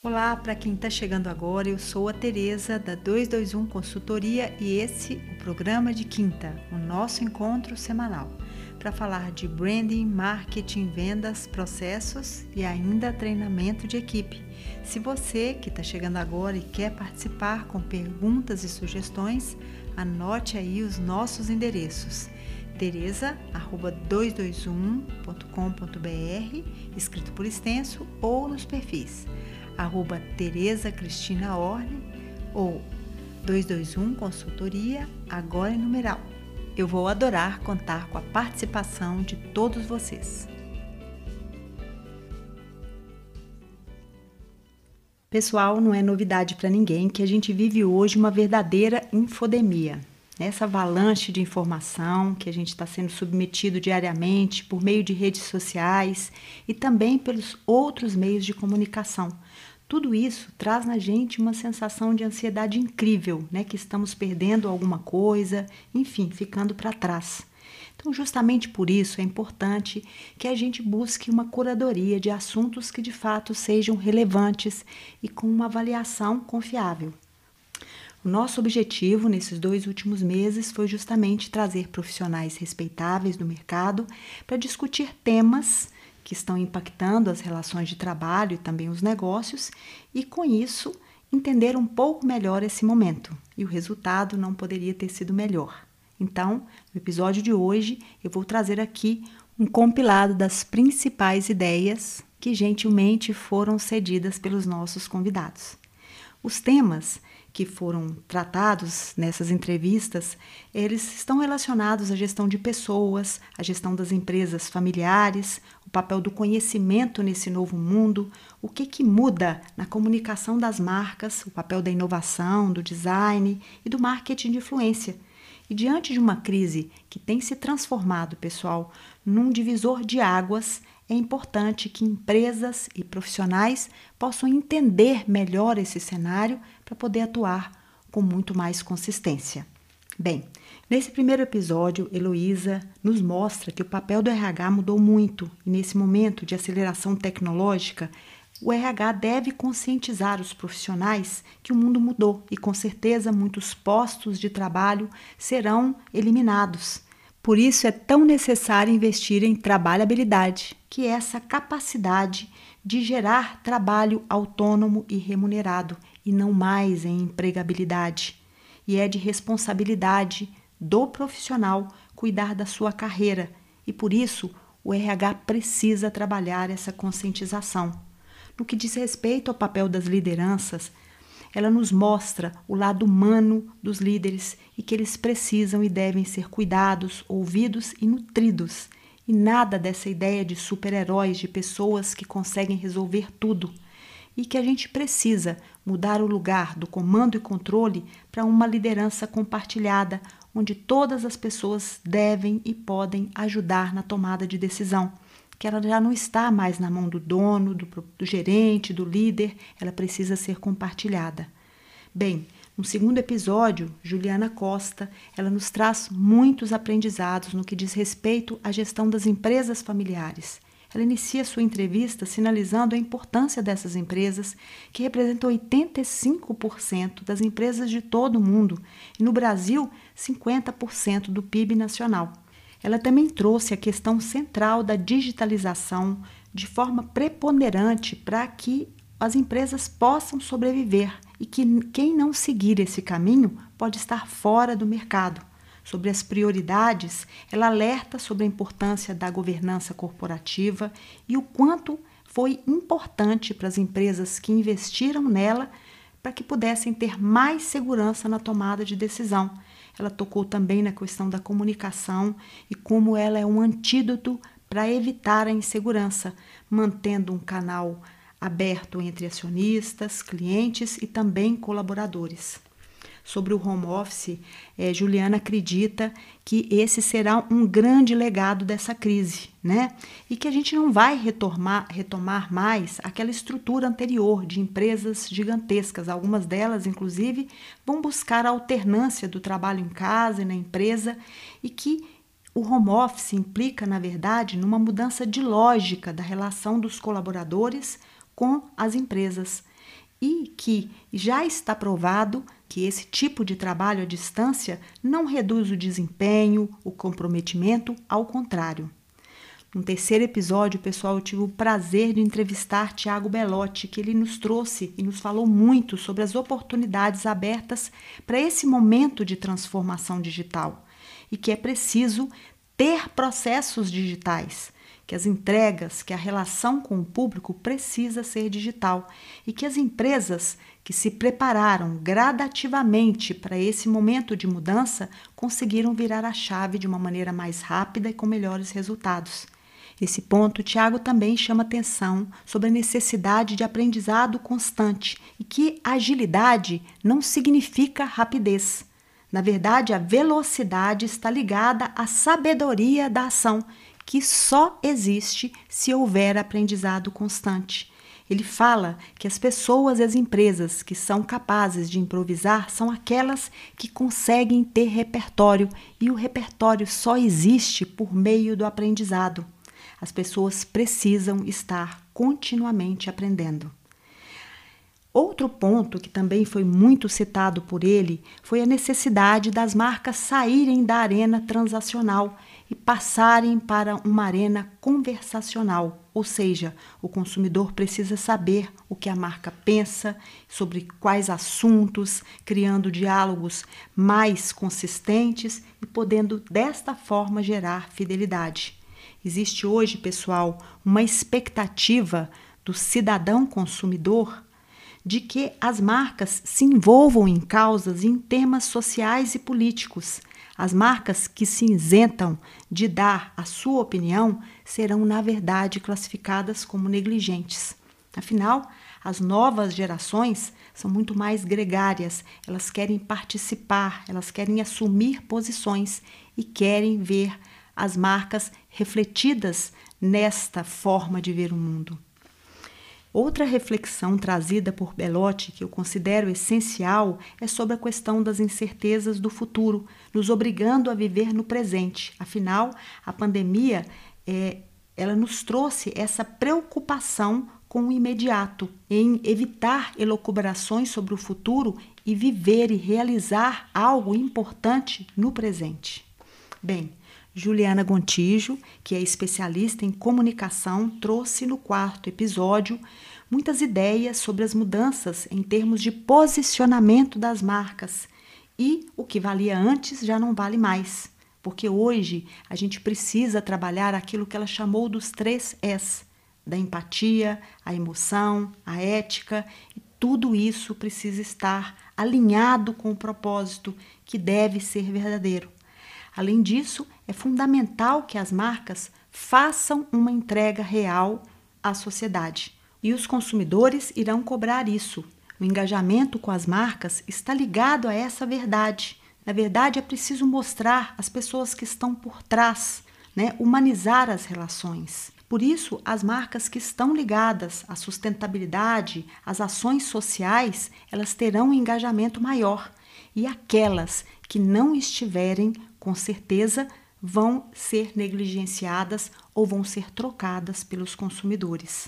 Olá, para quem está chegando agora, eu sou a Tereza da 221 Consultoria e esse é o programa de quinta, o nosso encontro semanal, para falar de branding, marketing, vendas, processos e ainda treinamento de equipe. Se você que está chegando agora e quer participar com perguntas e sugestões, anote aí os nossos endereços. tereza@221.com.br, escrito por extenso, ou nos perfis @Tereza Cristina Orne ou 221 Consultoria, agora em numeral. Eu vou adorar contar com a participação de todos vocês. Pessoal, não é novidade para ninguém que a gente vive hoje uma verdadeira infodemia. Essa avalanche de informação que a gente está sendo submetido diariamente por meio de redes sociais e também pelos outros meios de comunicação. Tudo isso traz na gente uma sensação de ansiedade incrível, né? Que estamos perdendo alguma coisa, enfim, ficando para trás. Então, justamente por isso é importante que a gente busque uma curadoria de assuntos que de fato sejam relevantes e com uma avaliação confiável. O nosso objetivo nesses 2 últimos meses foi justamente trazer profissionais respeitáveis do mercado para discutir temas que estão impactando as relações de trabalho e também os negócios e, com isso, entender um pouco melhor esse momento. E o resultado não poderia ter sido melhor. Então, no episódio de hoje, eu vou trazer aqui um compilado das principais ideias que gentilmente foram cedidas pelos nossos convidados. Os temas que foram tratados nessas entrevistas, eles estão relacionados à gestão de pessoas, à gestão das empresas familiares, o papel do conhecimento nesse novo mundo, o que muda na comunicação das marcas, o papel da inovação, do design e do marketing de influência. E diante de uma crise que tem se transformado, pessoal, num divisor de águas, é importante que empresas e profissionais possam entender melhor esse cenário para poder atuar com muito mais consistência. Bem, nesse primeiro episódio, Heloísa nos mostra que o papel do RH mudou muito e nesse momento de aceleração tecnológica, o RH deve conscientizar os profissionais que o mundo mudou e com certeza muitos postos de trabalho serão eliminados. Por isso é tão necessário investir em trabalhabilidade, que é essa capacidade de gerar trabalho autônomo e remunerado, e não mais em empregabilidade. E é de responsabilidade do profissional cuidar da sua carreira, e por isso o RH precisa trabalhar essa conscientização. No que diz respeito ao papel das lideranças, ela nos mostra o lado humano dos líderes e que eles precisam e devem ser cuidados, ouvidos e nutridos. E nada dessa ideia de super-heróis, de pessoas que conseguem resolver tudo. E que a gente precisa mudar o lugar do comando e controle para uma liderança compartilhada, onde todas as pessoas devem e podem ajudar na tomada de decisão. Que ela já não está mais na mão do dono, do gerente, do líder, ela precisa ser compartilhada. Bem, no segundo episódio, Juliana Costa, ela nos traz muitos aprendizados no que diz respeito à gestão das empresas familiares. Ela inicia sua entrevista sinalizando a importância dessas empresas, que representam 85% das empresas de todo o mundo e, no Brasil, 50% do PIB nacional. Ela também trouxe a questão central da digitalização de forma preponderante para que as empresas possam sobreviver e que quem não seguir esse caminho pode estar fora do mercado. Sobre as prioridades, ela alerta sobre a importância da governança corporativa e o quanto foi importante para as empresas que investiram nela para que pudessem ter mais segurança na tomada de decisão. Ela tocou também na questão da comunicação e como ela é um antídoto para evitar a insegurança, mantendo um canal aberto entre acionistas, clientes e também colaboradores. Sobre o home office, Juliana acredita que esse será um grande legado dessa crise, né? E que a gente não vai retomar mais aquela estrutura anterior de empresas gigantescas. Algumas delas, inclusive, vão buscar a alternância do trabalho em casa e na empresa e que o home office implica, na verdade, numa mudança de lógica da relação dos colaboradores com as empresas e que já está provado que esse tipo de trabalho à distância não reduz o desempenho, o comprometimento, ao contrário. No terceiro episódio, pessoal, eu tive o prazer de entrevistar Tiago Belotti, que ele nos trouxe e nos falou muito sobre as oportunidades abertas para esse momento de transformação digital e que é preciso ter processos digitais, que as entregas, que a relação com o público precisa ser digital e que as empresas que se prepararam gradativamente para esse momento de mudança conseguiram virar a chave de uma maneira mais rápida e com melhores resultados. Nesse ponto, Tiago também chama atenção sobre a necessidade de aprendizado constante e que agilidade não significa rapidez. Na verdade, a velocidade está ligada à sabedoria da ação, que só existe se houver aprendizado constante. Ele fala que as pessoas e as empresas que são capazes de improvisar são aquelas que conseguem ter repertório, e o repertório só existe por meio do aprendizado. As pessoas precisam estar continuamente aprendendo. Outro ponto que também foi muito citado por ele foi a necessidade das marcas saírem da arena transacional e passarem para uma arena conversacional, ou seja, o consumidor precisa saber o que a marca pensa, sobre quais assuntos, criando diálogos mais consistentes e podendo desta forma gerar fidelidade. Existe hoje, pessoal, uma expectativa do cidadão consumidor de que as marcas se envolvam em causas e em temas sociais e políticos. As marcas que se isentam de dar a sua opinião serão, na verdade, classificadas como negligentes. Afinal, as novas gerações são muito mais gregárias, elas querem participar, elas querem assumir posições e querem ver as marcas refletidas nesta forma de ver o mundo. Outra reflexão trazida por Belotti, que eu considero essencial, é sobre a questão das incertezas do futuro, nos obrigando a viver no presente. Afinal, a pandemia ela nos trouxe essa preocupação com o imediato, em evitar elucubrações sobre o futuro e viver e realizar algo importante no presente. Bem, Juliana Gontijo, que é especialista em comunicação, trouxe no quarto episódio muitas ideias sobre as mudanças em termos de posicionamento das marcas e o que valia antes já não vale mais, porque hoje a gente precisa trabalhar aquilo que ela chamou dos 3 Es, da empatia, a emoção, a ética, e tudo isso precisa estar alinhado com o propósito que deve ser verdadeiro. Além disso, é fundamental que as marcas façam uma entrega real à sociedade. E os consumidores irão cobrar isso. O engajamento com as marcas está ligado a essa verdade. Na verdade, é preciso mostrar as pessoas que estão por trás, humanizar as relações. Por isso, as marcas que estão ligadas à sustentabilidade, às ações sociais, elas terão um engajamento maior. E aquelas que não estiverem, com certeza, vão ser negligenciadas ou vão ser trocadas pelos consumidores.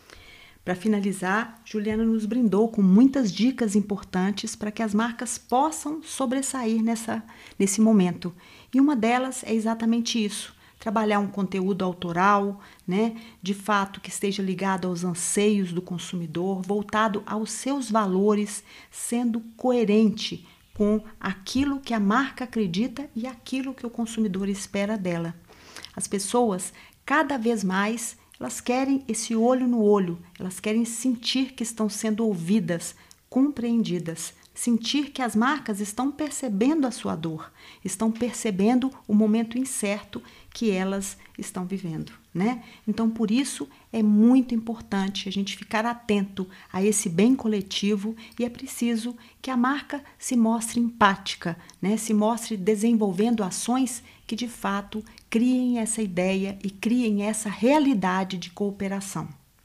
Para finalizar, Juliana nos brindou com muitas dicas importantes para que as marcas possam sobressair nesse momento. E uma delas é exatamente isso: trabalhar um conteúdo autoral, de fato que esteja ligado aos anseios do consumidor, voltado aos seus valores, sendo coerente com aquilo que a marca acredita e aquilo que o consumidor espera dela. As pessoas, cada vez mais, elas querem esse olho no olho, elas querem sentir que estão sendo ouvidas, compreendidas, sentir que as marcas estão percebendo a sua dor, estão percebendo o momento incerto que elas estão vivendo, Então, por isso, é muito importante a gente ficar atento a esse bem coletivo e é preciso que a marca se mostre empática, se mostre desenvolvendo ações que, de fato, criem essa ideia e criem essa realidade de cooperação.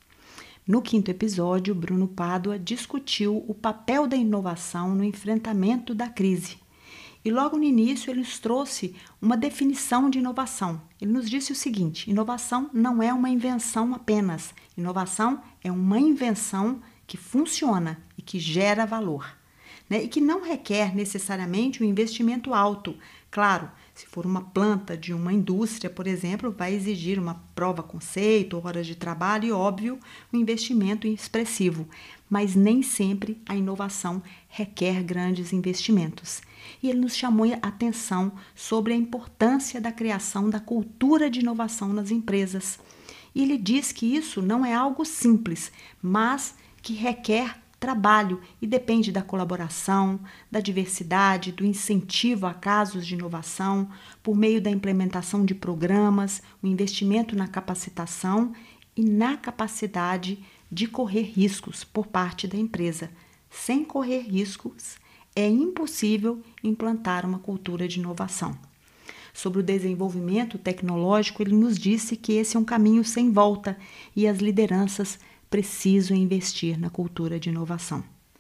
No quinto episódio, Bruno Pádua discutiu o papel da inovação no enfrentamento da crise. E logo no início ele nos trouxe uma definição de inovação. Ele nos disse o seguinte: inovação não é uma invenção apenas. Inovação é uma invenção que funciona e que gera valor, né? E que não requer necessariamente um investimento alto. Claro, se for uma planta de uma indústria, por exemplo, vai exigir uma prova-conceito, horas de trabalho e, óbvio, um investimento expressivo. Mas nem sempre a inovação requer grandes investimentos. E ele nos chamou a atenção sobre a importância da criação da cultura de inovação nas empresas. E ele diz que isso não é algo simples, mas que requer trabalho e depende da colaboração, da diversidade, do incentivo a casos de inovação, por meio da implementação de programas, o investimento na capacitação e na capacidade de correr riscos por parte da empresa. Sem correr riscos, é impossível implantar uma cultura de inovação. Sobre o desenvolvimento tecnológico, ele nos disse que esse é um caminho sem volta e as lideranças precisam investir na cultura de inovação.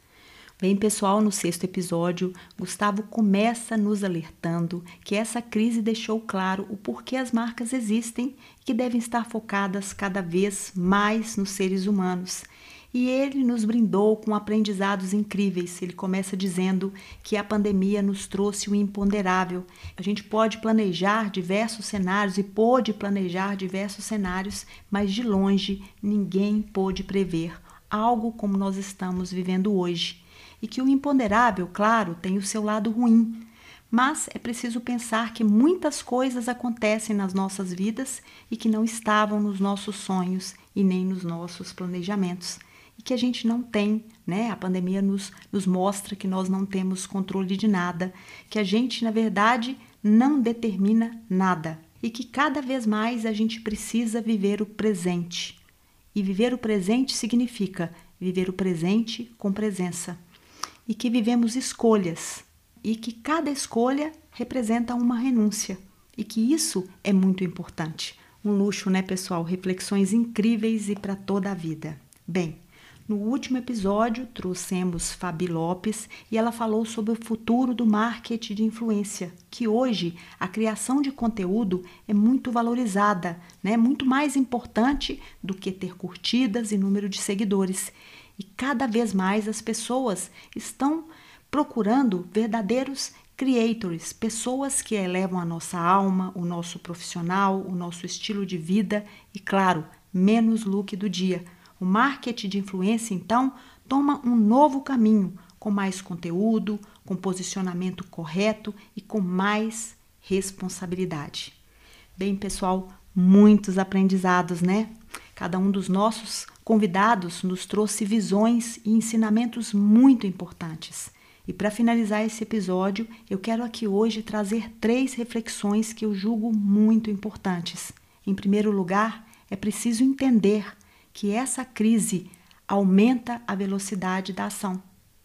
Bem, pessoal, no 6º episódio, Gustavo começa nos alertando que essa crise deixou claro o porquê as marcas existem e que devem estar focadas cada vez mais nos seres humanos. E ele nos brindou com aprendizados incríveis. Ele começa dizendo que a pandemia nos trouxe o imponderável. A gente pode planejar diversos cenários e pôde planejar diversos cenários, mas de longe ninguém pôde prever algo como nós estamos vivendo hoje. E que o imponderável, claro, tem o seu lado ruim. Mas é preciso pensar que muitas coisas acontecem nas nossas vidas e que não estavam nos nossos sonhos e nem nos nossos planejamentos. E que a gente não tem, né? A pandemia nos mostra que nós não temos controle de nada, que a gente, na verdade, não determina nada e que cada vez mais a gente precisa viver o presente. E viver o presente significa viver o presente com presença. E que vivemos escolhas e que cada escolha representa uma renúncia e que isso é muito importante. Um luxo, né, pessoal? Reflexões incríveis e para toda a vida. Bem, no último episódio, trouxemos Fabi Lopes e ela falou sobre o futuro do marketing de influência, que hoje a criação de conteúdo é muito valorizada, né? Muito mais importante do que ter curtidas e número de seguidores. E cada vez mais as pessoas estão procurando verdadeiros creators, pessoas que elevam a nossa alma, o nosso profissional, o nosso estilo de vida e, claro, menos look do dia. O marketing de influência, então, toma um novo caminho, com mais conteúdo, com posicionamento correto e com mais responsabilidade. Bem, pessoal, muitos aprendizados, né? Cada um dos nossos convidados nos trouxe visões e ensinamentos muito importantes. E para finalizar esse episódio, eu quero aqui hoje trazer 3 reflexões que eu julgo muito importantes. Em primeiro lugar, é preciso entender que essa crise aumenta a velocidade da ação.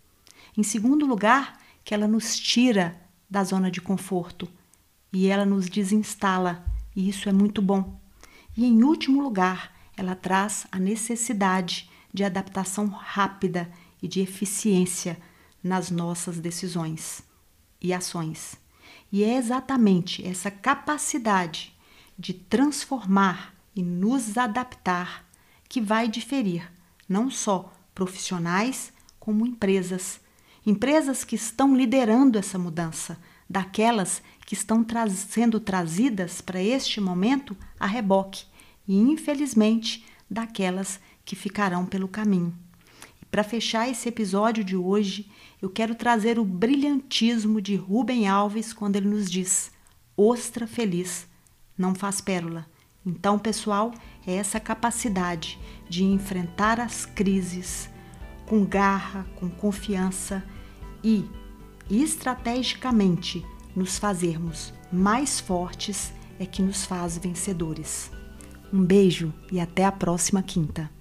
Em segundo lugar, que ela nos tira da zona de conforto e ela nos desinstala, e isso é muito bom. E em último lugar, ela traz a necessidade de adaptação rápida e de eficiência nas nossas decisões e ações. E é exatamente essa capacidade de transformar e nos adaptar que vai diferir não só profissionais como empresas. Empresas que estão liderando essa mudança, daquelas que estão sendo trazidas para este momento a reboque e, infelizmente, daquelas que ficarão pelo caminho. E para fechar esse episódio de hoje, eu quero trazer o brilhantismo de Rubem Alves quando ele nos diz: ostra feliz não faz pérola. Então, pessoal, é essa capacidade de enfrentar as crises com garra, com confiança e, estrategicamente, nos fazermos mais fortes é que nos faz vencedores. Um beijo e até a próxima quinta.